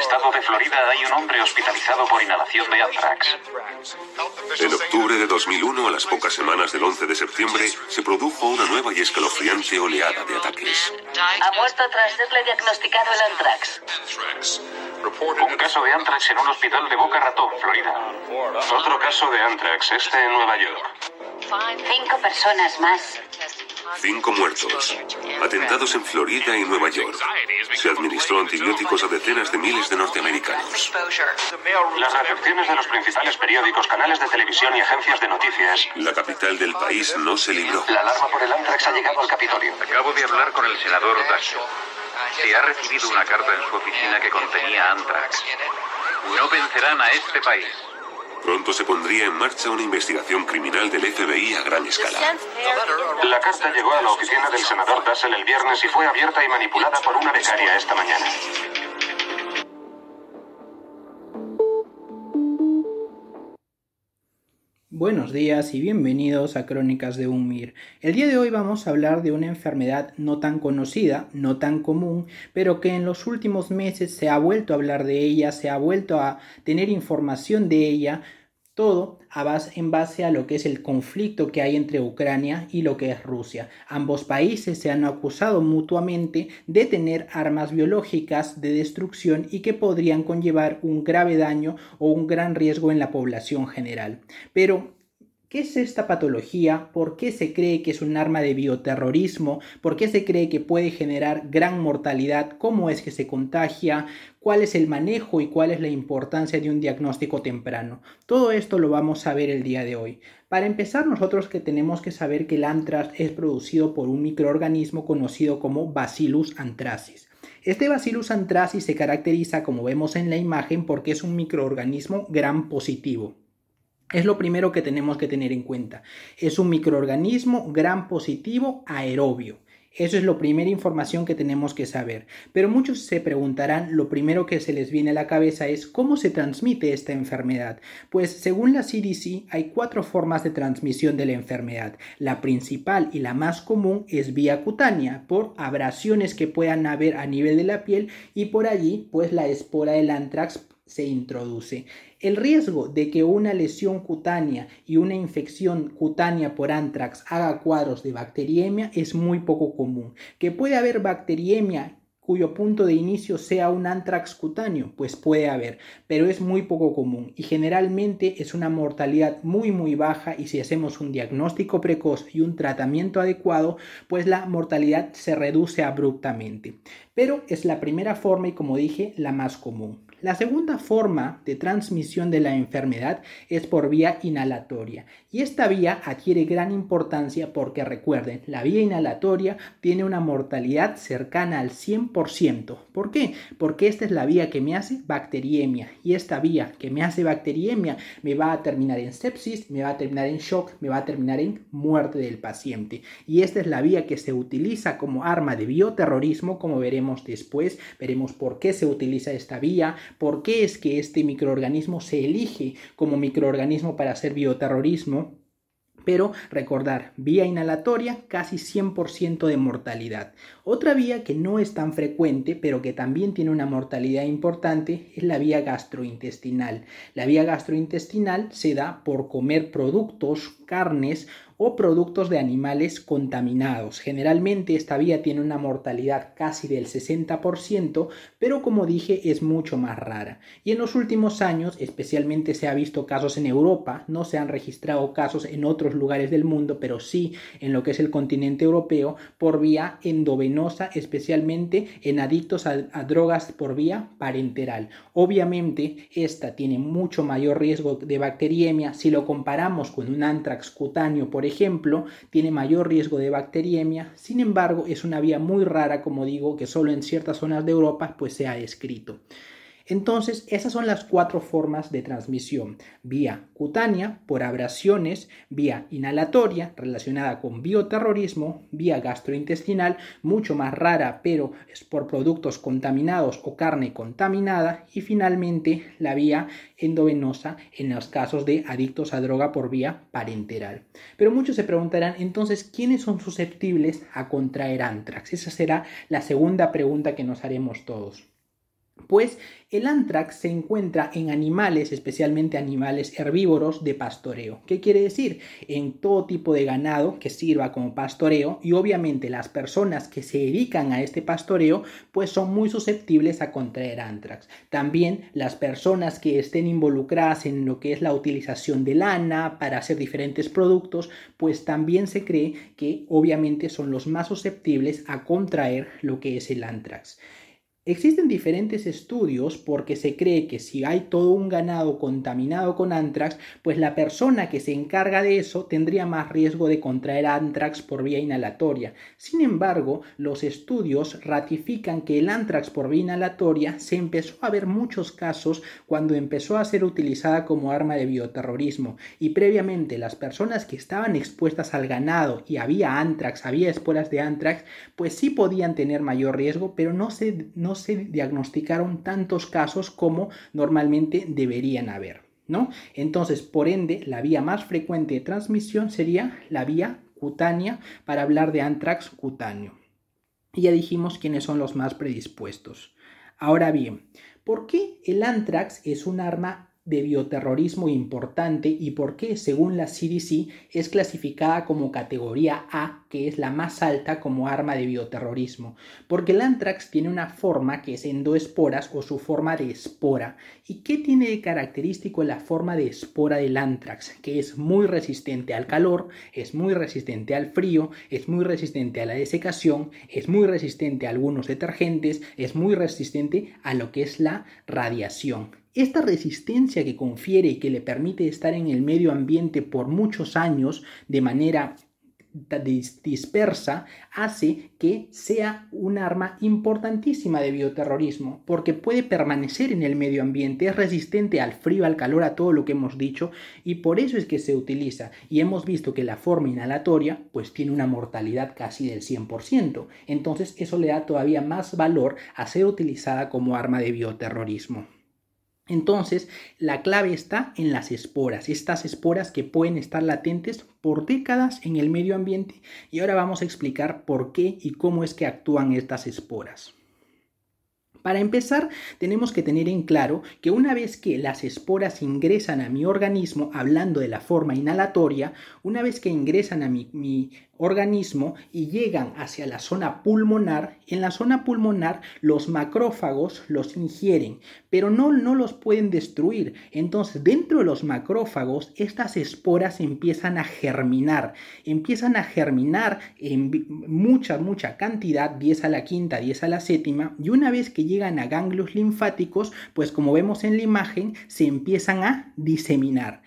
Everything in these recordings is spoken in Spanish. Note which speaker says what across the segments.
Speaker 1: estado de Florida hay un hombre hospitalizado por inhalación de anthrax.
Speaker 2: En octubre de 2001, a las pocas semanas del 11 de septiembre, se produjo una nueva y escalofriante oleada de ataques.
Speaker 3: Ha muerto tras serle diagnosticado el anthrax.
Speaker 1: Un caso de anthrax en un hospital de Boca Ratón, Florida. Otro caso de anthrax, en Nueva York.
Speaker 3: 5 personas más.
Speaker 2: 5 muertos. Atentados en Florida y Nueva York. Se administró antibióticos a decenas de miles de norteamericanos.
Speaker 1: Las recepciones de los principales periódicos, canales de televisión y agencias de noticias.
Speaker 2: La capital del país no se libró.
Speaker 1: La alarma por el anthrax ha llegado al Capitolio.
Speaker 4: Acabo de hablar con el senador Dash. Se ha recibido una carta en su oficina que contenía anthrax. No vencerán a este país.
Speaker 2: Pronto se pondría en marcha una investigación criminal del FBI a gran escala.
Speaker 1: La carta llegó a la oficina del senador Dassel el viernes y fue abierta y manipulada por una becaria esta mañana.
Speaker 5: Buenos días y bienvenidos a Crónicas de un MIR. El día de hoy vamos a hablar de una enfermedad no tan conocida, no tan común, pero que en los últimos meses se ha vuelto a hablar de ella, se ha vuelto a tener información de ella, todo en base a lo que es el conflicto que hay entre Ucrania y lo que es Rusia. Ambos países se han acusado mutuamente de tener armas biológicas de destrucción y que podrían conllevar un grave daño o un gran riesgo en la población general. Pero ¿qué es esta patología? ¿Por qué se cree que es un arma de bioterrorismo? ¿Por qué se cree que puede generar gran mortalidad? ¿Cómo es que se contagia? ¿Cuál es el manejo y cuál es la importancia de un diagnóstico temprano? Todo esto lo vamos a ver el día de hoy. Para empezar, nosotros que tenemos que saber que el anthrax es producido por un microorganismo conocido como Bacillus anthracis. Este Bacillus anthracis se caracteriza, como vemos en la imagen, porque es un microorganismo gram positivo. Es lo primero que tenemos que tener en cuenta. Es un microorganismo gram positivo aerobio. Eso es la primera información que tenemos que saber. Pero muchos se preguntarán, lo primero que se les viene a la cabeza es ¿cómo se transmite esta enfermedad? Pues según la CDC hay 4 formas de transmisión de la enfermedad. La principal y la más común es vía cutánea, por abrasiones que puedan haber a nivel de la piel y por allí pues la espora del anthrax se introduce. El riesgo de que una lesión cutánea y una infección cutánea por anthrax haga cuadros de bacteriemia es muy poco común. ¿Que puede haber bacteriemia cuyo punto de inicio sea un anthrax cutáneo? Pues puede haber, pero es muy poco común y generalmente es una mortalidad muy baja y si hacemos un diagnóstico precoz y un tratamiento adecuado, pues la mortalidad se reduce abruptamente. Pero es la primera forma y como dije, la más común. La segunda forma de transmisión de la enfermedad es por vía inhalatoria y esta vía adquiere gran importancia porque recuerden, la vía inhalatoria tiene una mortalidad cercana al 100%. ¿Por qué? Porque esta es la vía que me hace bacteriemia y esta vía que me hace bacteriemia me va a terminar en sepsis, me va a terminar en shock, me va a terminar en muerte del paciente y esta es la vía que se utiliza como arma de bioterrorismo, como veremos después, veremos por qué se utiliza esta vía. ¿Por qué es que este microorganismo se elige como microorganismo para hacer bioterrorismo? Pero recordar, vía inhalatoria, casi 100% de mortalidad. Otra vía que no es tan frecuente, pero que también tiene una mortalidad importante, es la vía gastrointestinal. La vía gastrointestinal se da por comer productos, carnes o productos de animales contaminados. Generalmente esta vía tiene una mortalidad casi del 60%, pero como dije es mucho más rara. Y en los últimos años, especialmente se ha visto casos en Europa, no se han registrado casos en otros lugares del mundo, pero sí en lo que es el continente europeo, por vía endovenosa, especialmente en adictos a drogas por vía parenteral. Obviamente esta tiene mucho mayor riesgo de bacteriemia si lo comparamos con un anthrax cutáneo, por ejemplo, tiene mayor riesgo de bacteriemia, sin embargo es una vía muy rara, como digo, que solo en ciertas zonas de Europa pues se ha descrito. Entonces, esas son las 4 formas de transmisión: vía cutánea, por abrasiones, vía inhalatoria, relacionada con bioterrorismo, vía gastrointestinal, mucho más rara, pero es por productos contaminados o carne contaminada, y finalmente la vía endovenosa en los casos de adictos a droga por vía parenteral. Pero muchos se preguntarán, entonces, ¿quiénes son susceptibles a contraer anthrax? Esa será la segunda pregunta que nos haremos todos. Pues el anthrax se encuentra en animales, especialmente animales herbívoros de pastoreo. ¿Qué quiere decir? En todo tipo de ganado que sirva como pastoreo, y obviamente las personas que se dedican a este pastoreo pues son muy susceptibles a contraer anthrax. También las personas que estén involucradas en lo que es la utilización de lana para hacer diferentes productos, pues también se cree que obviamente son los más susceptibles a contraer lo que es el anthrax. Existen diferentes estudios porque se cree que si hay todo un ganado contaminado con anthrax, pues la persona que se encarga de eso tendría más riesgo de contraer anthrax por vía inhalatoria. Sin embargo, los estudios ratifican que el anthrax por vía inhalatoria se empezó a ver muchos casos cuando empezó a ser utilizada como arma de bioterrorismo, y previamente las personas que estaban expuestas al ganado y había anthrax, había esporas de anthrax, pues sí podían tener mayor riesgo, pero no se diagnosticaron tantos casos como normalmente deberían haber, ¿no? Entonces, por ende, la vía más frecuente de transmisión sería la vía cutánea para hablar de anthrax cutáneo. Y ya dijimos quiénes son los más predispuestos. Ahora bien, ¿por qué el anthrax es un arma de bioterrorismo importante y por qué, según la CDC, es clasificada como categoría A, que es la más alta como arma de bioterrorismo? Porque el anthrax tiene una forma que es endoesporas o su forma de espora. ¿Y qué tiene de característico la forma de espora del anthrax? Que es muy resistente al calor, es muy resistente al frío, es muy resistente a la desecación, es muy resistente a algunos detergentes, es muy resistente a lo que es la radiación. Esta resistencia que confiere y que le permite estar en el medio ambiente por muchos años de manera dispersa hace que sea un arma importantísima de bioterrorismo, porque puede permanecer en el medio ambiente, es resistente al frío, al calor, a todo lo que hemos dicho, y por eso es que se utiliza. Y hemos visto que la forma inhalatoria pues tiene una mortalidad casi del 100%, entonces eso le da todavía más valor a ser utilizada como arma de bioterrorismo. Entonces, la clave está en las esporas, estas esporas que pueden estar latentes por décadas en el medio ambiente, y ahora vamos a explicar por qué y cómo es que actúan estas esporas. Para empezar, tenemos que tener en claro que una vez que las esporas ingresan a mi organismo, hablando de la forma inhalatoria, una vez que ingresan a mi organismo y llegan hacia la zona pulmonar, en la zona pulmonar los macrófagos los ingieren, pero no los pueden destruir. Entonces, dentro de los macrófagos, estas esporas empiezan a germinar en mucha cantidad, 10 a la quinta, 10 a la séptima, y una vez que llegan a ganglios linfáticos, pues como vemos en la imagen, se empiezan a diseminar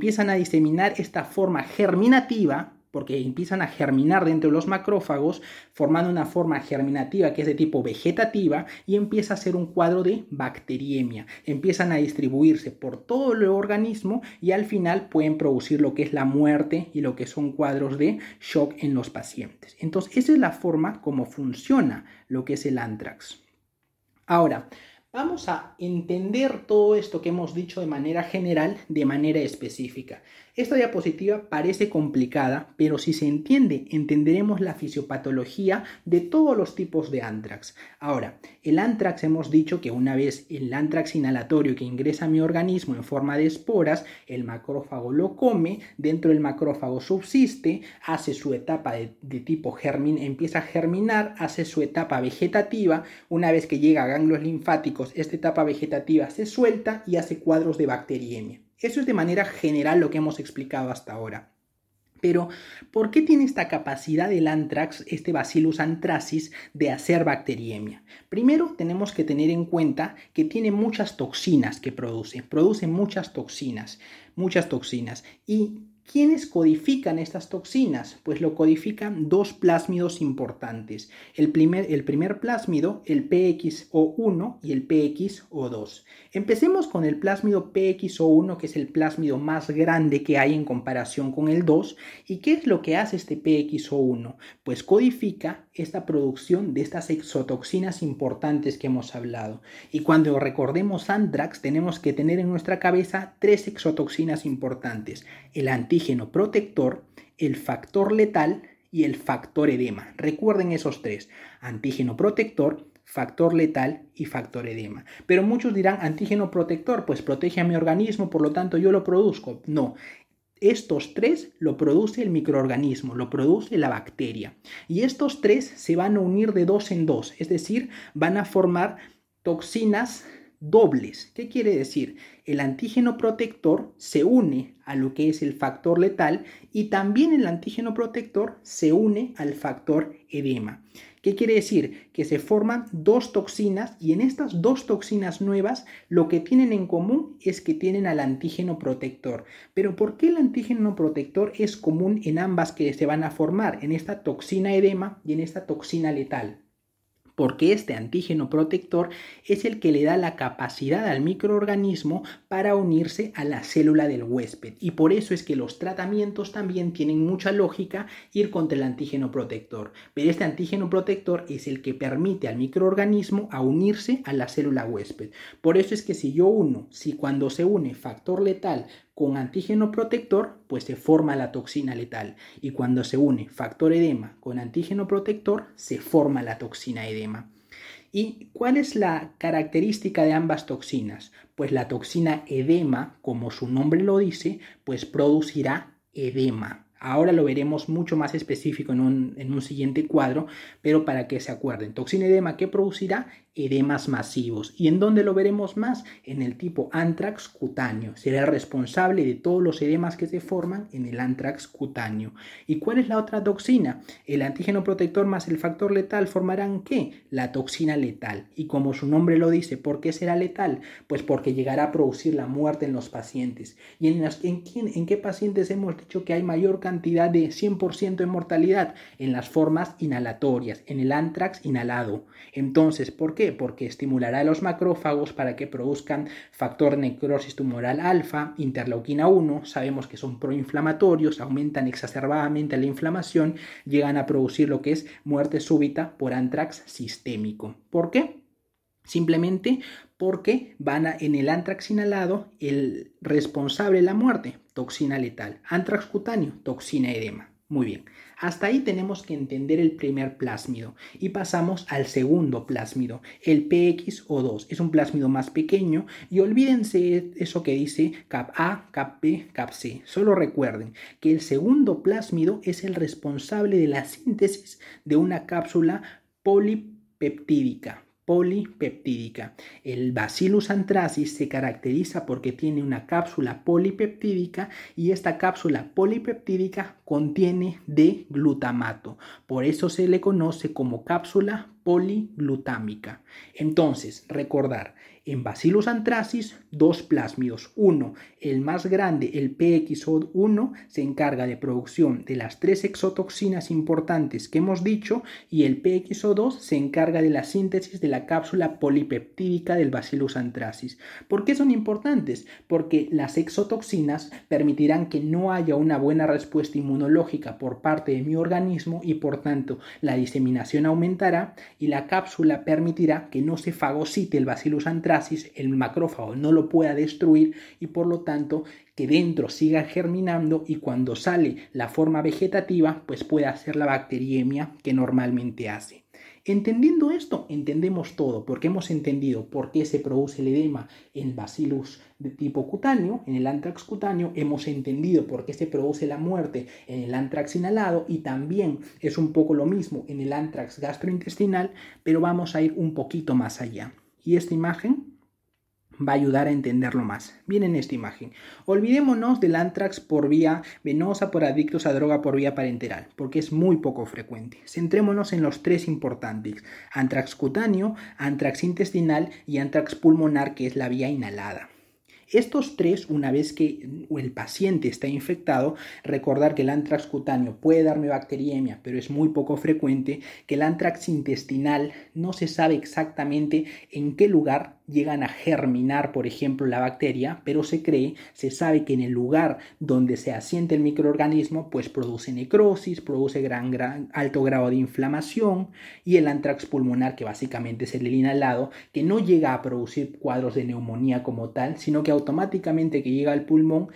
Speaker 5: esta forma germinativa, porque empiezan a germinar dentro de los macrófagos, formando una forma germinativa que es de tipo vegetativa, y empieza a ser un cuadro de bacteriemia. Empiezan a distribuirse por todo el organismo y al final pueden producir lo que es la muerte y lo que son cuadros de shock en los pacientes. Entonces, esa es la forma como funciona lo que es el anthrax. Ahora, vamos a entender todo esto que hemos dicho de manera general, de manera específica. Esta diapositiva parece complicada, pero si se entiende, entenderemos la fisiopatología de todos los tipos de anthrax. Ahora, el anthrax hemos dicho que una vez el anthrax inhalatorio que ingresa a mi organismo en forma de esporas, el macrófago lo come, dentro del macrófago subsiste, hace su etapa de tipo empieza a germinar, hace su etapa vegetativa, una vez que llega a ganglios linfáticos, esta etapa vegetativa se suelta y hace cuadros de bacteriemia. Eso es de manera general lo que hemos explicado hasta ahora. Pero, ¿por qué tiene esta capacidad el anthrax, este Bacillus anthracis, de hacer bacteriemia? Primero, tenemos que tener en cuenta que tiene muchas toxinas que produce muchas toxinas. ¿Y quiénes codifican estas toxinas? Pues lo codifican dos plásmidos importantes. El primer plásmido, el PXO1 y el PXO2. Empecemos con el plásmido PXO1, que es el plásmido más grande que hay en comparación con el 2. ¿Y qué es lo que hace este PXO1? Pues codifica esta producción de estas exotoxinas importantes que hemos hablado. Y cuando recordemos anthrax, tenemos que tener en nuestra cabeza tres exotoxinas importantes: el antígeno protector, el factor letal y el factor edema. Recuerden esos tres: antígeno protector, factor letal y factor edema. Pero muchos dirán, antígeno protector, pues protege a mi organismo, por lo tanto yo lo produzco. No. Estos tres lo produce el microorganismo, lo produce la bacteria. Y estos tres se van a unir de dos en dos, es decir, van a formar toxinas dobles. ¿Qué quiere decir? El antígeno protector se une a lo que es el factor letal y también el antígeno protector se une al factor edema. ¿Qué quiere decir? Que se forman dos toxinas y en estas dos toxinas nuevas lo que tienen en común es que tienen al antígeno protector. Pero ¿por qué el antígeno protector es común en ambas que se van a formar? En esta toxina edema y en esta toxina letal. Porque este antígeno protector es el que le da la capacidad al microorganismo para unirse a la célula del huésped. Y por eso es que los tratamientos también tienen mucha lógica ir contra el antígeno protector. Pero este antígeno protector es el que permite al microorganismo a unirse a la célula huésped. Por eso es que si cuando se une factor letal con antígeno protector, pues se forma la toxina letal. Y cuando se une factor edema con antígeno protector, se forma la toxina edema. ¿Y cuál es la característica de ambas toxinas? Pues la toxina edema, como su nombre lo dice, pues producirá edema. Ahora lo veremos mucho más específico en un siguiente cuadro, pero para que se acuerden. Toxina edema, ¿qué producirá? Edemas masivos. ¿Y en dónde lo veremos más? En el tipo anthrax cutáneo. Será el responsable de todos los edemas que se forman en el anthrax cutáneo. ¿Y cuál es la otra toxina? El antígeno protector más el factor letal formarán ¿qué? La toxina letal. Y como su nombre lo dice, ¿por qué será letal? Pues porque llegará a producir la muerte en los pacientes. ¿Y en qué pacientes hemos dicho que hay mayor cantidad de 100% de mortalidad? En las formas inhalatorias, en el anthrax inhalado. Entonces, ¿por qué? Porque estimulará a los macrófagos para que produzcan factor necrosis tumoral alfa, interleuquina 1, sabemos que son proinflamatorios, aumentan exacerbadamente la inflamación, llegan a producir lo que es muerte súbita por anthrax sistémico. ¿Por qué? Simplemente porque en el anthrax inhalado, el responsable de la muerte, toxina letal. Anthrax cutáneo, toxina edema. Muy bien, hasta ahí tenemos que entender el primer plásmido y pasamos al segundo plásmido, el PXO2. Es un plásmido más pequeño y olvídense eso que dice cap A, cap B, cap C. Solo recuerden que el segundo plásmido es el responsable de la síntesis de una cápsula polipeptídica. El Bacillus anthracis se caracteriza porque tiene una cápsula polipeptídica y esta cápsula polipeptídica contiene D-glutamato. Por eso se le conoce como cápsula poliglutámica. Entonces, recordar, en Bacillus anthracis, dos plásmidos. Uno, el más grande, el PXO1, se encarga de producción de las 3 exotoxinas importantes que hemos dicho y el PXO2 se encarga de la síntesis de la cápsula polipeptídica del Bacillus anthracis. ¿Por qué son importantes? Porque las exotoxinas permitirán que no haya una buena respuesta inmunológica por parte de mi organismo y por tanto la diseminación aumentará y la cápsula permitirá que no se fagocite el Bacillus anthracis, el macrófago no lo pueda destruir y por lo tanto que dentro siga germinando y cuando sale la forma vegetativa pues pueda hacer la bacteriemia que normalmente hace. Entendiendo esto, entendemos todo, porque hemos entendido por qué se produce el edema en Bacillus de tipo cutáneo, en el anthrax cutáneo, hemos entendido por qué se produce la muerte en el anthrax inhalado y también es un poco lo mismo en el anthrax gastrointestinal, pero vamos a ir un poquito más allá. Y esta imagen va a ayudar a entenderlo más. Miren esta imagen. Olvidémonos del anthrax por vía venosa por adictos a droga por vía parenteral, porque es muy poco frecuente. Centrémonos en los 3 importantes: anthrax cutáneo, anthrax intestinal y anthrax pulmonar, que es la vía inhalada. Estos 3, una vez que el paciente está infectado, recordar que el anthrax cutáneo puede darme bacteriemia, pero es muy poco frecuente, que el anthrax intestinal no se sabe exactamente en qué lugar llegan a germinar, por ejemplo, la bacteria, pero se sabe que en el lugar donde se asienta el microorganismo, pues produce necrosis, produce alto grado de inflamación, y el anthrax pulmonar, que básicamente es el inhalado, que no llega a producir cuadros de neumonía como tal, sino que automáticamente que llega al pulmón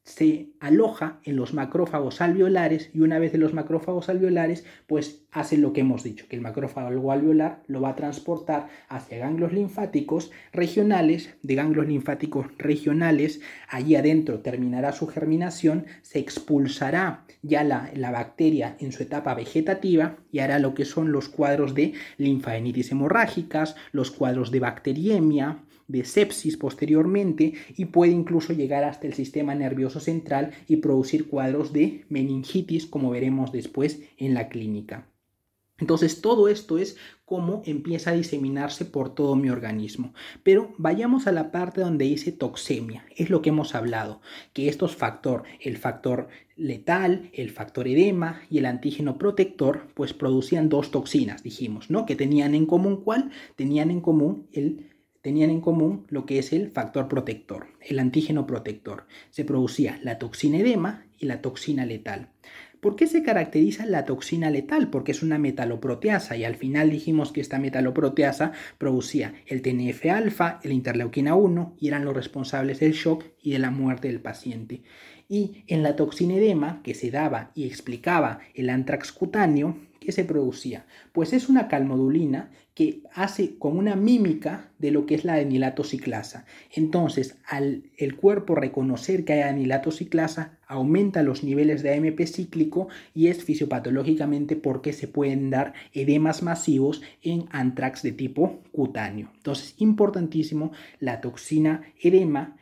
Speaker 5: se aloja en los macrófagos alveolares y una vez de los macrófagos alveolares pues hace lo que hemos dicho, que el macrófago alveolar lo va a transportar hacia ganglios linfáticos regionales. De ganglios linfáticos regionales, allí adentro terminará su germinación, se expulsará ya la bacteria en su etapa vegetativa y hará lo que son los cuadros de linfadenititis hemorrágicas, los cuadros de bacteriemia, de sepsis posteriormente, y puede incluso llegar hasta el sistema nervioso central y producir cuadros de meningitis, como veremos después en la clínica. Entonces todo esto es cómo empieza a diseminarse por todo mi organismo. Pero vayamos a la parte donde dice toxemia. Es lo que hemos hablado, que estos el factor letal, el factor edema y el antígeno protector, pues producían dos toxinas, dijimos, ¿no? Que tenían en común, ¿cuál? Tenían en común lo que es el factor protector, el antígeno protector. Se producía la toxina edema y la toxina letal. ¿Por qué se caracteriza la toxina letal? Porque es una metaloproteasa y al final dijimos que esta metaloproteasa producía el TNF-alfa, el interleuquina 1 y eran los responsables del shock y de la muerte del paciente. Y en la toxina edema, que se daba y explicaba el anthrax cutáneo, ¿qué se producía? Pues es una calmodulina que hace como una mímica de lo que es la anilatociclasa. Entonces, al el cuerpo reconocer que hay anilatociclasa, aumenta los niveles de AMP cíclico y es fisiopatológicamente porque se pueden dar edemas masivos en anthrax de tipo cutáneo. Entonces, importantísimo, la toxina edema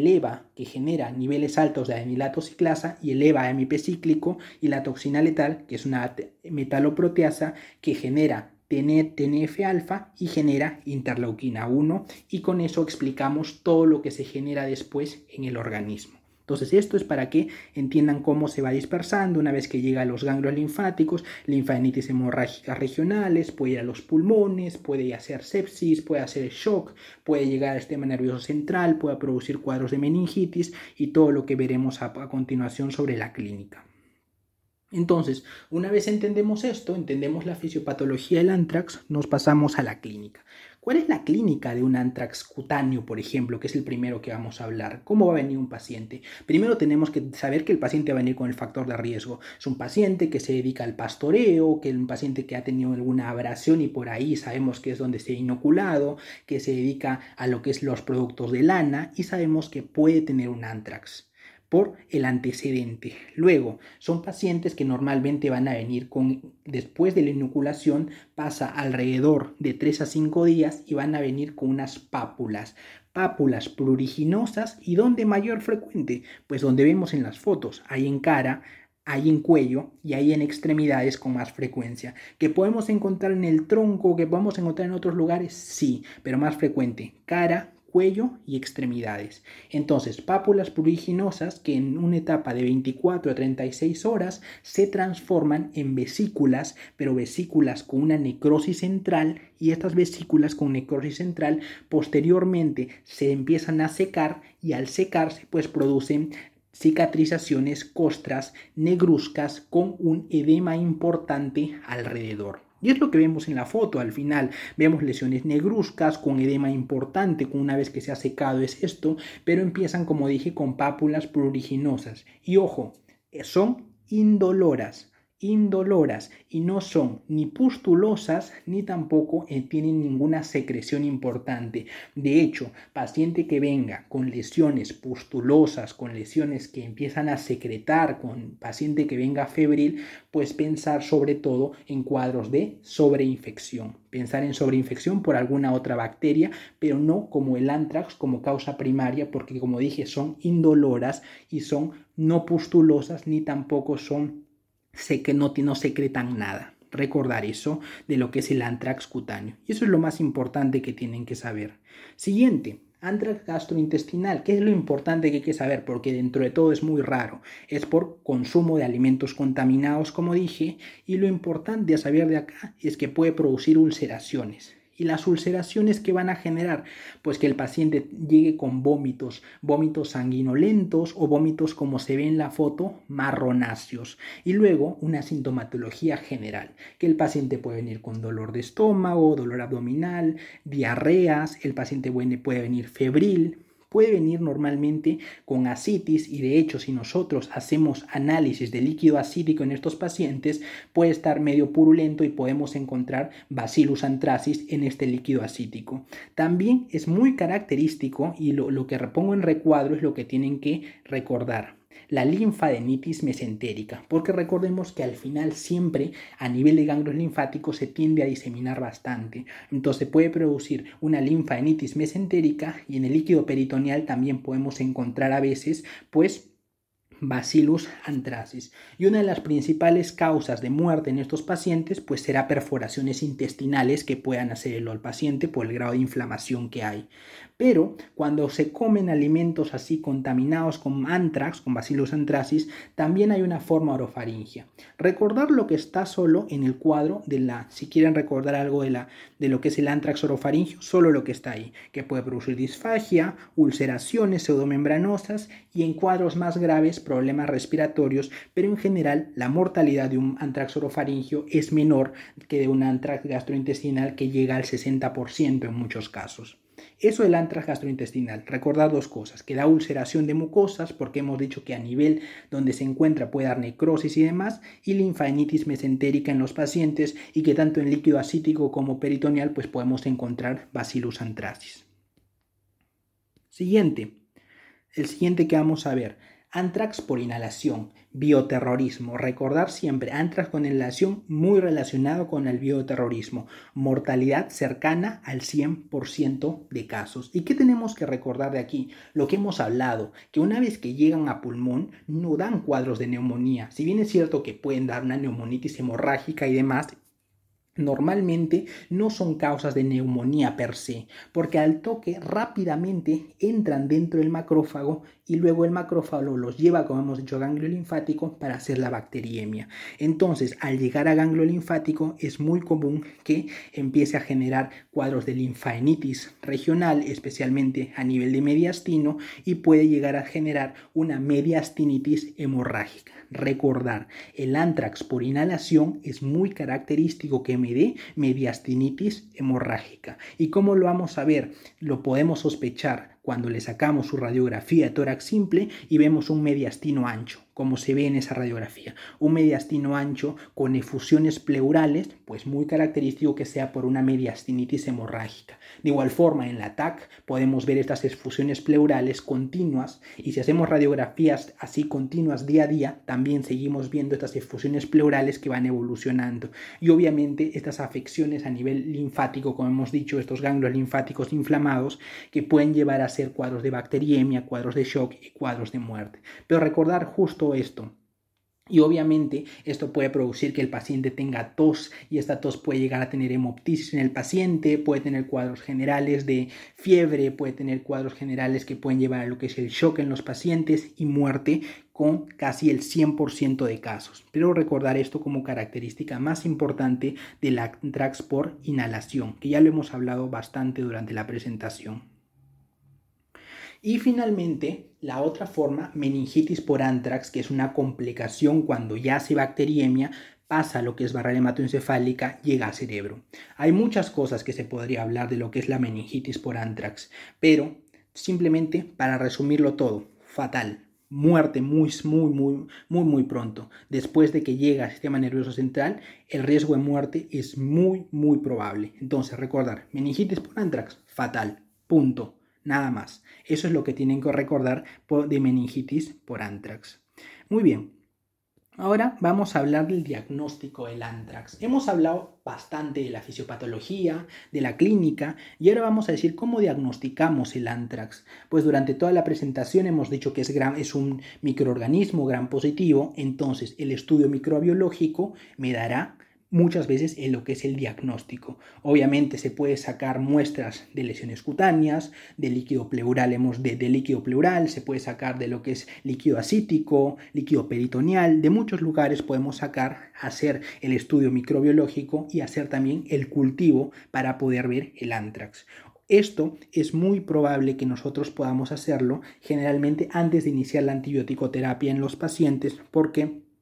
Speaker 5: que genera niveles altos de anilatociclasa y eleva AMP cíclico, y la toxina letal, que es una metaloproteasa que genera TNF-alfa y genera interleuquina 1, y con eso explicamos todo lo que se genera después en el organismo. Entonces esto es para que entiendan cómo se va dispersando una vez que llega a los ganglios linfáticos, linfadenitis hemorrágicas regionales, puede ir a los pulmones, puede hacer sepsis, puede hacer shock, puede llegar al sistema nervioso central, puede producir cuadros de meningitis y todo lo que veremos a continuación sobre la clínica. Entonces, una vez entendemos esto, entendemos la fisiopatología del anthrax, nos pasamos a la clínica. ¿Cuál es la clínica de un anthrax cutáneo, por ejemplo, que es el primero que vamos a hablar? ¿Cómo va a venir un paciente? Primero tenemos que saber que el paciente va a venir con el factor de riesgo. Es un paciente que se dedica al pastoreo, que es un paciente que ha tenido alguna abrasión y por ahí sabemos que es donde se ha inoculado, que se dedica a lo que es los productos de lana y sabemos que puede tener un anthrax por el antecedente. Luego, son pacientes que normalmente van a venir después de la inoculación, pasa alrededor de 3 a 5 días y van a venir con unas pápulas pruriginosas. ¿Y dónde mayor frecuente? Pues donde vemos en las fotos, hay en cara, hay en cuello y hay en extremidades con más frecuencia. ¿Que podemos encontrar en el tronco, que podemos encontrar en otros lugares? Sí, pero más frecuente, cara, cuello y extremidades. Entonces, pápulas pruriginosas que en una etapa de 24 a 36 horas se transforman en vesículas, pero vesículas con una necrosis central, y estas vesículas con necrosis central posteriormente se empiezan a secar y al secarse pues producen cicatrizaciones, costras negruzcas con un edema importante alrededor. Y es lo que vemos en la foto. Al final vemos lesiones negruzcas con edema importante, con una vez que se ha secado es esto, pero empiezan, como dije, con pápulas pruriginosas. Y ojo, son indoloras y no son ni pustulosas ni tampoco tienen ninguna secreción importante. De hecho, paciente que venga con lesiones pustulosas, con lesiones que empiezan a secretar, con paciente que venga febril, pues pensar sobre todo en cuadros de sobreinfección. Pensar en sobreinfección por alguna otra bacteria, pero no como el anthrax como causa primaria, porque como dije son indoloras y son no pustulosas ni tampoco son que no secretan nada. Recordar eso de lo que es el anthrax cutáneo. Y eso es lo más importante que tienen que saber. Siguiente, anthrax gastrointestinal. ¿Qué es lo importante que hay que saber? Porque dentro de todo es muy raro. Es por consumo de alimentos contaminados, como dije. Y lo importante a saber de acá es que puede producir ulceraciones. ¿Y las ulceraciones que van a generar? Pues que el paciente llegue con vómitos sanguinolentos o vómitos, como se ve en la foto, marronáceos. Y luego una sintomatología general, que el paciente puede venir con dolor de estómago, dolor abdominal, diarreas, el paciente puede venir febril, Puede venir normalmente con ascitis y de hecho si nosotros hacemos análisis de líquido ascítico en estos pacientes puede estar medio purulento y podemos encontrar Bacillus anthracis en este líquido ascítico. También es muy característico y lo que pongo en recuadro es lo que tienen que recordar. La linfadenitis mesentérica, porque recordemos que al final siempre a nivel de ganglios linfáticos se tiende a diseminar bastante, entonces puede producir una linfadenitis mesentérica y en el líquido peritoneal también podemos encontrar a veces pues Bacillus anthracis. Y una de las principales causas de muerte en estos pacientes pues será perforaciones intestinales que puedan hacerlo al paciente por el grado de inflamación que hay. Pero cuando se comen alimentos así contaminados con anthrax, con Bacillus anthracis, también hay una forma orofaringia. Recordar lo que está solo en el cuadro si quieren recordar algo de lo que es el anthrax orofaringio, solo lo que está ahí, que puede producir disfagia, ulceraciones pseudomembranosas y en cuadros más graves problemas respiratorios, pero en general la mortalidad de un anthrax orofaringio es menor que de un anthrax gastrointestinal que llega al 60% en muchos casos. Eso del anthrax gastrointestinal. Recordad dos cosas, que da ulceración de mucosas, porque hemos dicho que a nivel donde se encuentra puede dar necrosis y demás, y linfadenitis mesentérica en los pacientes, y que tanto en líquido ascítico como peritoneal pues podemos encontrar Bacillus anthracis. El siguiente que vamos a ver, anthrax por inhalación, bioterrorismo. Recordar siempre, anthrax con inhalación muy relacionado con el bioterrorismo. Mortalidad cercana al 100% de casos. ¿Y qué tenemos que recordar de aquí? Lo que hemos hablado, que una vez que llegan a pulmón no dan cuadros de neumonía. Si bien es cierto que pueden dar una neumonitis hemorrágica y demás, normalmente no son causas de neumonía per se, porque al toque rápidamente entran dentro del macrófago y luego el macrófago los lleva, como hemos dicho, a ganglio linfático para hacer la bacteriemia. Entonces, al llegar a ganglio linfático es muy común que empiece a generar cuadros de linfadenitis regional, especialmente a nivel de mediastino, y puede llegar a generar una mediastinitis hemorrágica. Recordar, el anthrax por inhalación es muy característico que me dé mediastinitis hemorrágica. ¿Y cómo lo vamos a ver? Lo podemos sospechar cuando le sacamos su radiografía de tórax simple y vemos un mediastino ancho, como se ve en esa radiografía. Un mediastino ancho con efusiones pleurales, pues muy característico que sea por una mediastinitis hemorrágica. De igual forma, en la TAC podemos ver estas efusiones pleurales continuas y si hacemos radiografías así continuas día a día, también seguimos viendo estas efusiones pleurales que van evolucionando. Y obviamente estas afecciones a nivel linfático, como hemos dicho, estos ganglios linfáticos inflamados que pueden llevar a ser cuadros de bacteriemia, cuadros de shock y cuadros de muerte. Pero recordar justo esto. Y obviamente esto puede producir que el paciente tenga tos y esta tos puede llegar a tener hemoptisis en el paciente, puede tener cuadros generales de fiebre, puede tener cuadros generales que pueden llevar a lo que es el shock en los pacientes y muerte con casi el 100% de casos. Pero recordar esto como característica más importante del anthrax por inhalación, que ya lo hemos hablado bastante durante la presentación. Y finalmente, la otra forma, meningitis por anthrax, que es una complicación cuando ya hace bacteriemia, pasa lo que es barrera hematoencefálica, llega al cerebro. Hay muchas cosas que se podría hablar de lo que es la meningitis por anthrax, pero simplemente para resumirlo todo, fatal. Muerte muy pronto. Después de que llega al sistema nervioso central, el riesgo de muerte es muy probable. Entonces, recordar, meningitis por anthrax, fatal. Punto. Nada más. Eso es lo que tienen que recordar de meningitis por anthrax. Muy bien. Ahora vamos a hablar del diagnóstico del anthrax. Hemos hablado bastante de la fisiopatología, de la clínica, y ahora vamos a decir cómo diagnosticamos el anthrax. Pues durante toda la presentación hemos dicho que es un microorganismo gram positivo, entonces el estudio microbiológico me dará muchas veces en lo que es el diagnóstico. Obviamente se puede sacar muestras de lesiones cutáneas, de líquido pleural, de líquido pleural, se puede sacar de lo que es líquido ascítico, líquido peritoneal, de muchos lugares podemos sacar, hacer el estudio microbiológico y hacer también el cultivo para poder ver el anthrax. Esto es muy probable que nosotros podamos hacerlo generalmente antes de iniciar la antibiótico terapia en los pacientes porque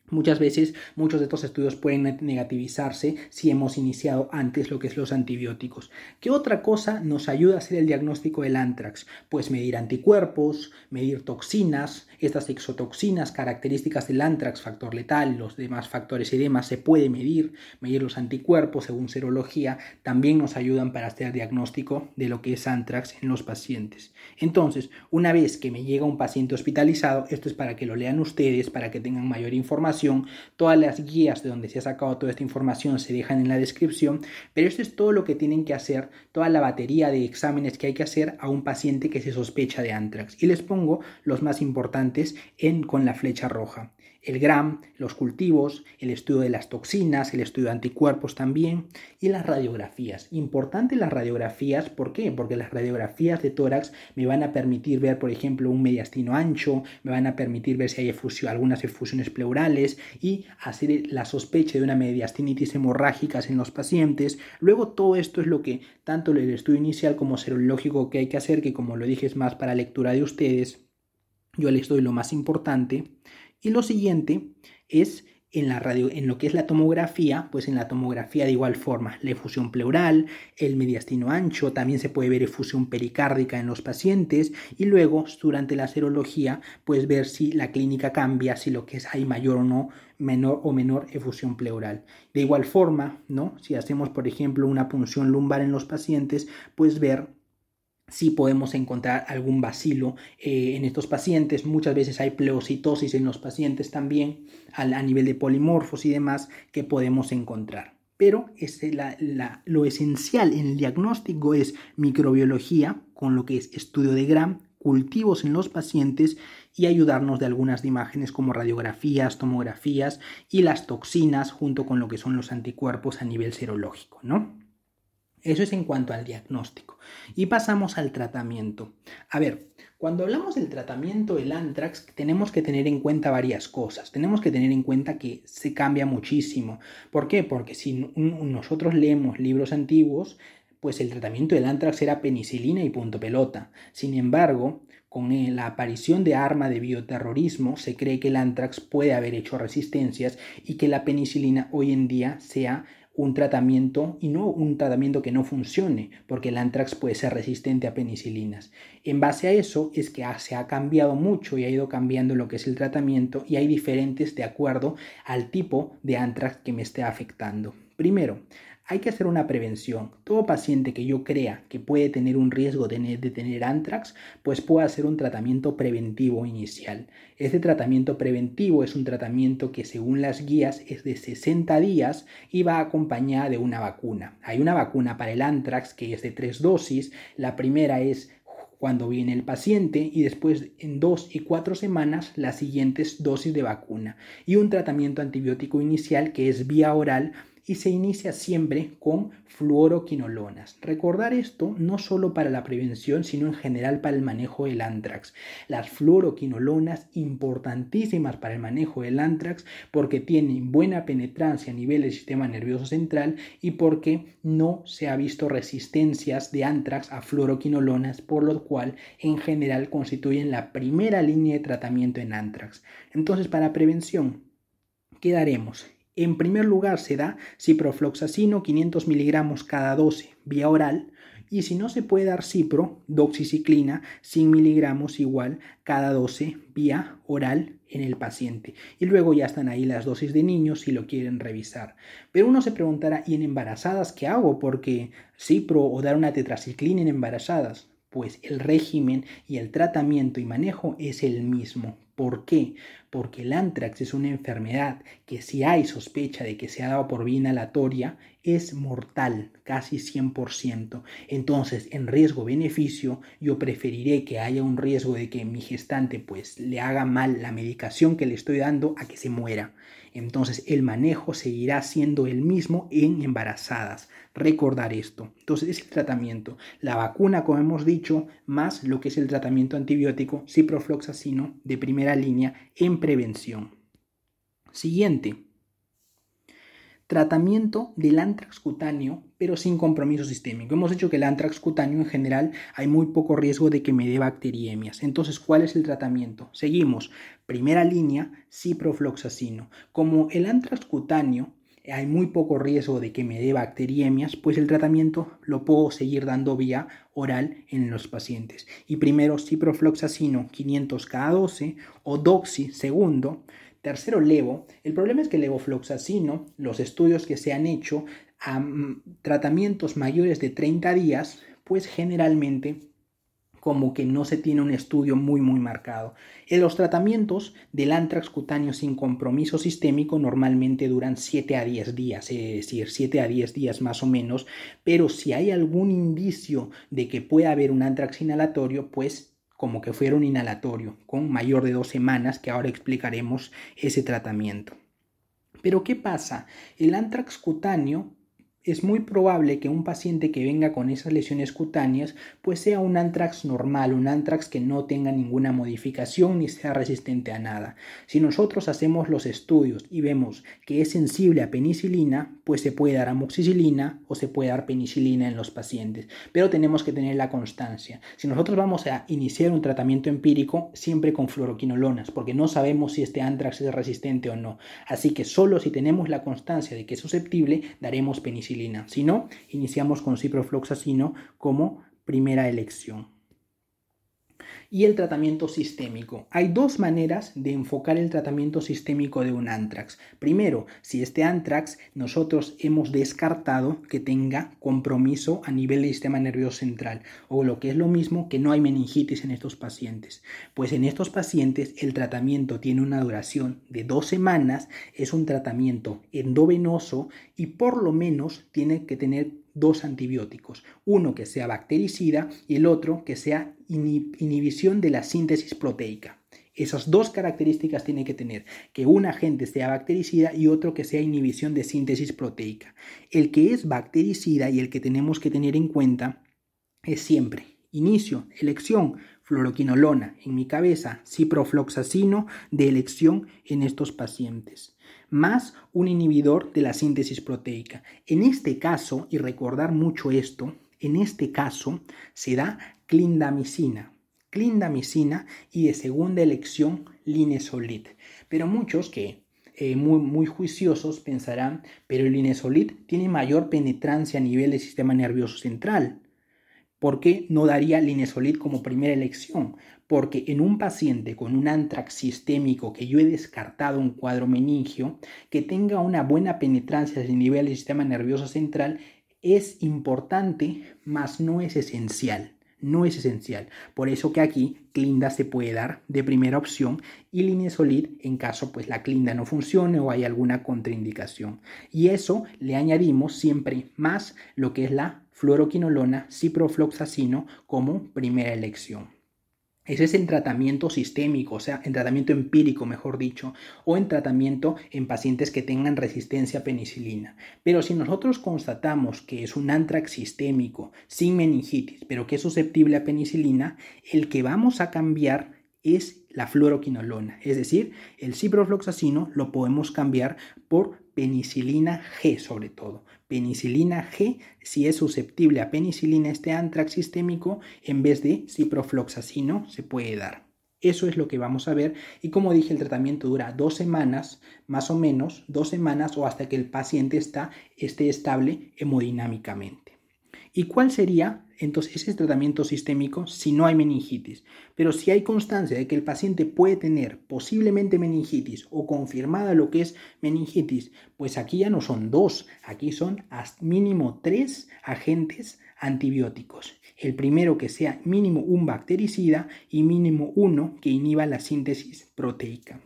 Speaker 5: Muchas veces, muchos de estos estudios pueden negativizarse si hemos iniciado antes lo que es los antibióticos. ¿Qué otra cosa nos ayuda a hacer el diagnóstico del anthrax? Pues medir anticuerpos, medir toxinas, estas exotoxinas, características del anthrax, factor letal, los demás factores y demás se puede medir los anticuerpos según serología, también nos ayudan para hacer diagnóstico de lo que es anthrax en los pacientes. Entonces, una vez que me llega un paciente hospitalizado, esto es para que lo lean ustedes, para que tengan mayor información. Todas las guías de donde se ha sacado toda esta información se dejan en la descripción, pero esto es todo lo que tienen que hacer, toda la batería de exámenes que hay que hacer a un paciente que se sospecha de anthrax. Y les pongo los más importantes con la flecha roja. El GRAM, los cultivos, el estudio de las toxinas, el estudio de anticuerpos también y las radiografías. Importante las radiografías, ¿por qué? Porque las radiografías de tórax me van a permitir ver, por ejemplo, un mediastino ancho, me van a permitir ver si hay algunas efusiones pleurales y hacer la sospecha de una mediastinitis hemorrágica en los pacientes. Luego todo esto es lo que tanto el estudio inicial como serológico que hay que hacer, que como lo dije es más para lectura de ustedes, yo les doy lo más importante. Y lo siguiente es en lo que es la tomografía, pues en la tomografía de igual forma, la efusión pleural, el mediastino ancho, también se puede ver efusión pericárdica en los pacientes y luego durante la serología pues ver si la clínica cambia, si lo que es hay mayor o no, menor o menor efusión pleural. De igual forma, ¿no? Si hacemos por ejemplo una punción lumbar en los pacientes, pues ver si podemos encontrar algún bacilo en estos pacientes. Muchas veces hay pleocitosis en los pacientes también a nivel de polimorfos y demás que podemos encontrar. Pero lo esencial en el diagnóstico es microbiología con lo que es estudio de GRAM, cultivos en los pacientes y ayudarnos de algunas imágenes como radiografías, tomografías y las toxinas junto con lo que son los anticuerpos a nivel serológico, ¿no? Eso es en cuanto al diagnóstico. Y pasamos al tratamiento. A ver, cuando hablamos del tratamiento del anthrax, tenemos que tener en cuenta varias cosas. Tenemos que tener en cuenta que se cambia muchísimo. ¿Por qué? Porque si nosotros leemos libros antiguos, pues el tratamiento del anthrax era penicilina y punto pelota. Sin embargo, con la aparición de arma de bioterrorismo, se cree que el anthrax puede haber hecho resistencias y que la penicilina hoy en día sea un tratamiento y no un tratamiento que no funcione, porque el anthrax puede ser resistente a penicilinas. En base a eso es que se ha cambiado mucho y ha ido cambiando lo que es el tratamiento y hay diferentes de acuerdo al tipo de anthrax que me esté afectando. Primero, hay que hacer una prevención. Todo paciente que yo crea que puede tener un riesgo de tener anthrax, pues puede hacer un tratamiento preventivo inicial. Este tratamiento preventivo es un tratamiento que según las guías es de 60 días y va acompañada de una vacuna. Hay una vacuna para el anthrax que es de 3 dosis. La primera es cuando viene el paciente y después en 2 y 4 semanas las siguientes dosis de vacuna. Y un tratamiento antibiótico inicial que es vía oral y se inicia siempre con fluoroquinolonas. Recordar esto no solo para la prevención, sino en general para el manejo del anthrax. Las fluoroquinolonas importantísimas para el manejo del anthrax porque tienen buena penetrancia a nivel del sistema nervioso central y porque no se ha visto resistencias de anthrax a fluoroquinolonas, por lo cual en general constituyen la primera línea de tratamiento en anthrax. Entonces, para prevención, ¿qué daremos? En primer lugar se da ciprofloxacino 500 miligramos cada 12 vía oral y si no se puede dar cipro, doxiciclina 100 miligramos igual cada 12 vía oral en el paciente. Y luego ya están ahí las dosis de niños si lo quieren revisar. Pero uno se preguntará, ¿y en embarazadas qué hago? Porque cipro o dar una tetraciclina en embarazadas. Pues el régimen y el tratamiento y manejo es el mismo. ¿Por qué? Porque el anthrax es una enfermedad que si hay sospecha de que se ha dado por vía inhalatoria es mortal, casi 100%. Entonces, en riesgo-beneficio, yo preferiré que haya un riesgo de que mi gestante pues le haga mal la medicación que le estoy dando a que se muera. Entonces, el manejo seguirá siendo el mismo en embarazadas. Recordar esto. Entonces, es el tratamiento. La vacuna, como hemos dicho, más lo que es el tratamiento antibiótico ciprofloxacino de primera línea en prevención. Siguiente. Tratamiento del anthrax cutáneo, pero sin compromiso sistémico. Hemos dicho que el anthrax cutáneo en general hay muy poco riesgo de que me dé bacteriemias. Entonces, ¿cuál es el tratamiento? Seguimos. Primera línea, ciprofloxacino. Como el anthrax cutáneo hay muy poco riesgo de que me dé bacteriemias, pues el tratamiento lo puedo seguir dando vía oral en los pacientes. Y primero ciprofloxacino 500 cada 12 o doxy segundo. Tercero, levo. El problema es que el levofloxacino, los estudios que se han hecho a tratamientos mayores de 30 días, pues generalmente como que no se tiene un estudio muy marcado. En los tratamientos del anthrax cutáneo sin compromiso sistémico normalmente duran 7 a 10 días, es decir, 7 a 10 días más o menos, pero si hay algún indicio de que pueda haber un anthrax inhalatorio, pues como que fuera un inhalatorio con mayor de 2 semanas, que ahora explicaremos ese tratamiento. Pero ¿qué pasa? El anthrax cutáneo es muy probable que un paciente que venga con esas lesiones cutáneas pues sea un anthrax normal, un anthrax que no tenga ninguna modificación ni sea resistente a nada. Si nosotros hacemos los estudios y vemos que es sensible a penicilina, pues se puede dar amoxicilina o se puede dar penicilina en los pacientes, pero tenemos que tener la constancia. Si nosotros vamos a iniciar un tratamiento empírico, siempre con fluoroquinolonas, porque no sabemos si este anthrax es resistente o no. Así que solo si tenemos la constancia de que es susceptible, daremos penicilina. Si no, iniciamos con ciprofloxacino como primera elección. Y el tratamiento sistémico. Hay dos maneras de enfocar el tratamiento sistémico de un anthrax. Primero, si este anthrax nosotros hemos descartado que tenga compromiso a nivel del sistema nervioso central, o lo que es lo mismo, que no hay meningitis en estos pacientes. Pues en estos pacientes el tratamiento tiene una duración de 2 semanas, es un tratamiento endovenoso y por lo menos tiene que tener 2 antibióticos, uno que sea bactericida y el otro que sea inhibición de la síntesis proteica. Esas 2 características tiene que tener, que un agente sea bactericida y otro que sea inhibición de síntesis proteica. El que es bactericida y el que tenemos que tener en cuenta es siempre inicio, elección, fluoroquinolona, en mi cabeza, ciprofloxacino de elección en estos pacientes, más un inhibidor de la síntesis proteica. En este caso, y recordar mucho esto, en este caso se da clindamicina y de segunda elección linezolid. Pero muchos que muy juiciosos pensarán, pero el linezolid tiene mayor penetrancia a nivel del sistema nervioso central. ¿Por qué no daría linezolid como primera elección? Porque en un paciente con un anthrax sistémico que yo he descartado un cuadro meningio, que tenga una buena penetrancia a nivel del sistema nervioso central es importante, mas no es esencial. No es esencial. Por eso que aquí clinda se puede dar de primera opción y linezolid en caso pues la clinda no funcione o hay alguna contraindicación. Y eso le añadimos siempre más lo que es la fluoroquinolona, ciprofloxacino como primera elección. Ese es en tratamiento sistémico, o sea, en tratamiento empírico, mejor dicho, o en tratamiento en pacientes que tengan resistencia a penicilina. Pero si nosotros constatamos que es un anthrax sistémico sin meningitis, pero que es susceptible a penicilina, el que vamos a cambiar es la fluoroquinolona, es decir, el ciprofloxacino lo podemos cambiar por penicilina G sobre todo. Penicilina G, si es susceptible a penicilina este anthrax sistémico, en vez de ciprofloxacino se puede dar. Eso es lo que vamos a ver y como dije el tratamiento dura 2 semanas, más o menos 2 semanas o hasta que el paciente esté estable hemodinámicamente. ¿Y cuál sería entonces ese tratamiento sistémico si no hay meningitis? Pero si hay constancia de que el paciente puede tener posiblemente meningitis o confirmada lo que es meningitis, pues aquí ya no son 2, aquí son mínimo 3 agentes antibióticos. El primero que sea mínimo un bactericida y mínimo 1 que inhiba la síntesis proteica.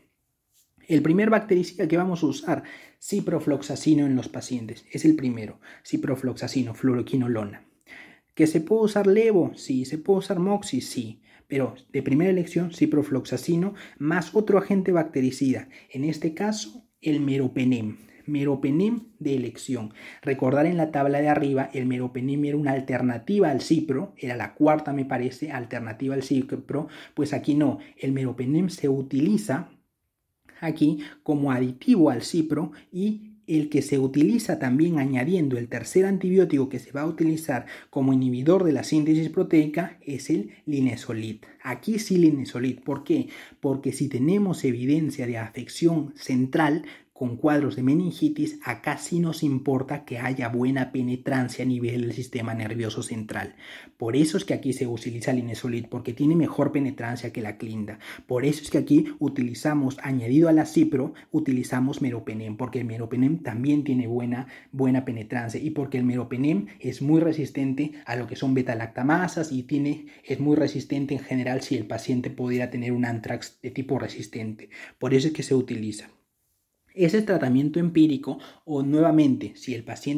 Speaker 5: El primer bactericida que vamos a usar, ciprofloxacino en los pacientes, es el primero, ciprofloxacino, fluoroquinolona. ¿Que se puede usar levo? Sí. ¿Se puede usar moxi? Sí. Pero de primera elección, ciprofloxacino más otro agente bactericida, en este caso el meropenem. Meropenem de elección. Recordar en la tabla de arriba, el meropenem era una alternativa al cipro, era la cuarta me parece, alternativa al cipro, pues aquí no, el meropenem se utiliza aquí como aditivo al cipro y El que se utiliza también añadiendo el tercer antibiótico que se va a utilizar como inhibidor de la síntesis proteica es el linezolid. Aquí sí linezolid. ¿Por qué? Porque si tenemos evidencia de afección central con cuadros de meningitis, acá sí nos importa que haya buena penetrancia a nivel del sistema nervioso central. Por eso es que aquí se utiliza linezolid, porque tiene mejor penetrancia que la clinda. Por eso es que aquí utilizamos, añadido a la cipro, utilizamos meropenem, porque el meropenem también tiene buena penetrancia y porque el meropenem es muy resistente a lo que son beta-lactamasas y es muy resistente en general si el paciente pudiera tener un anthrax de tipo resistente. Por eso es que se utiliza. Ese tratamiento empírico o nuevamente si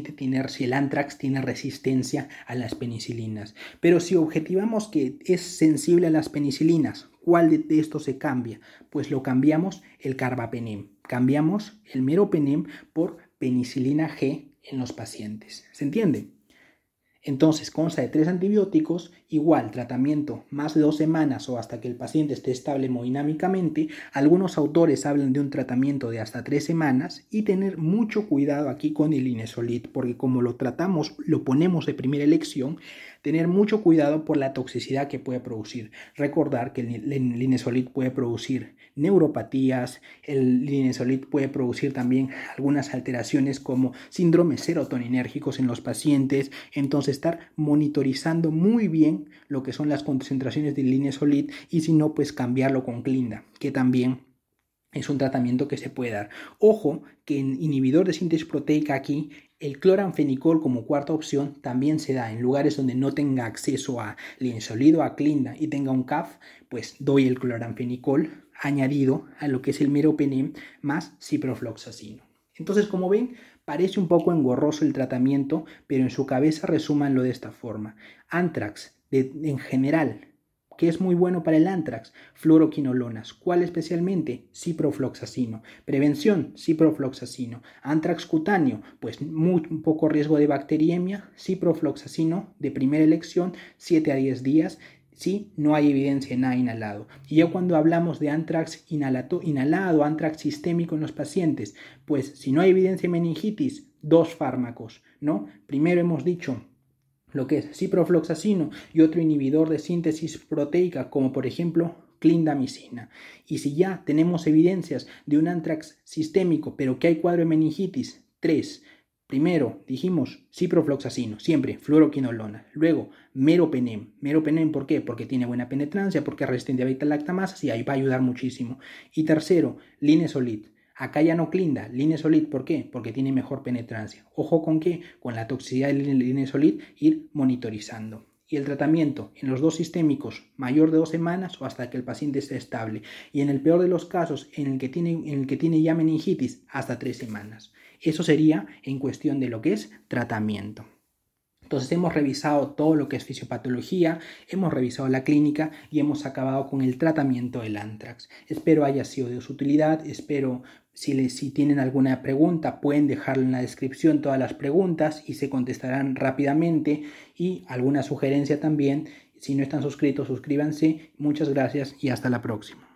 Speaker 5: el anthrax tiene resistencia a las penicilinas. Pero si objetivamos que es sensible a las penicilinas, ¿cuál de estos se cambia? Pues lo cambiamos el carbapenem. Cambiamos el meropenem por penicilina G en los pacientes. ¿Se entiende? Entonces consta de 3 antibióticos, igual tratamiento más de 2 semanas o hasta que el paciente esté estable hemodinámicamente. Algunos autores hablan de un tratamiento de hasta 3 semanas y tener mucho cuidado aquí con el linezolid, porque como lo ponemos de primera elección, tener mucho cuidado por la toxicidad que puede producir. Recordar que el linezolid puede producir neuropatías, el linezolid puede producir también algunas alteraciones como síndromes serotoninérgicos en los pacientes. Entonces estar monitorizando muy bien lo que son las concentraciones del linezolid y si no, pues cambiarlo con clinda, que también es un tratamiento que se puede dar. Ojo que en inhibidor de síntesis proteica aquí el cloranfenicol como cuarta opción también se da en lugares donde no tenga acceso a linezolid o a clinda y tenga un CAF, pues doy el cloranfenicol añadido a lo que es el meropenem más ciprofloxacino. Entonces, como ven, parece un poco engorroso el tratamiento, pero en su cabeza resúmanlo de esta forma. Anthrax, en general, ¿qué es muy bueno para el anthrax? Fluoroquinolonas. ¿Cuál especialmente? Ciprofloxacino. Prevención, ciprofloxacino. Anthrax cutáneo, pues muy poco riesgo de bacteriemia. Ciprofloxacino de primera elección, 7 a 10 días. Sí, no hay evidencia de nada inhalado. Y ya cuando hablamos de anthrax inhalado, anthrax sistémico en los pacientes, pues si no hay evidencia de meningitis, 2 fármacos, ¿no? Primero hemos dicho lo que es ciprofloxacino y otro inhibidor de síntesis proteica, como por ejemplo clindamicina. Y si ya tenemos evidencias de un anthrax sistémico, pero que hay cuadro de meningitis, 3. Primero dijimos ciprofloxacino, siempre fluoroquinolona. Luego meropenem. Meropenem, ¿por qué? Porque tiene buena penetrancia, porque es resistente a beta-lactamasas y ahí va a ayudar muchísimo. Y tercero, linezolid. Acá ya no clinda, linezolid, ¿por qué? Porque tiene mejor penetrancia. Ojo con qué, con la toxicidad del linezolid ir monitorizando. Y el tratamiento en los 2 sistémicos mayor de 2 semanas o hasta que el paciente esté estable. Y en el peor de los casos, en el que tiene ya meningitis, hasta 3 semanas. Eso sería en cuestión de lo que es tratamiento. Entonces hemos revisado todo lo que es fisiopatología, hemos revisado la clínica y hemos acabado con el tratamiento del anthrax. Espero haya sido de su utilidad, espero si tienen alguna pregunta pueden dejarlo en la descripción todas las preguntas y se contestarán rápidamente y alguna sugerencia también. Si no están suscritos, suscríbanse. Muchas gracias y hasta la próxima.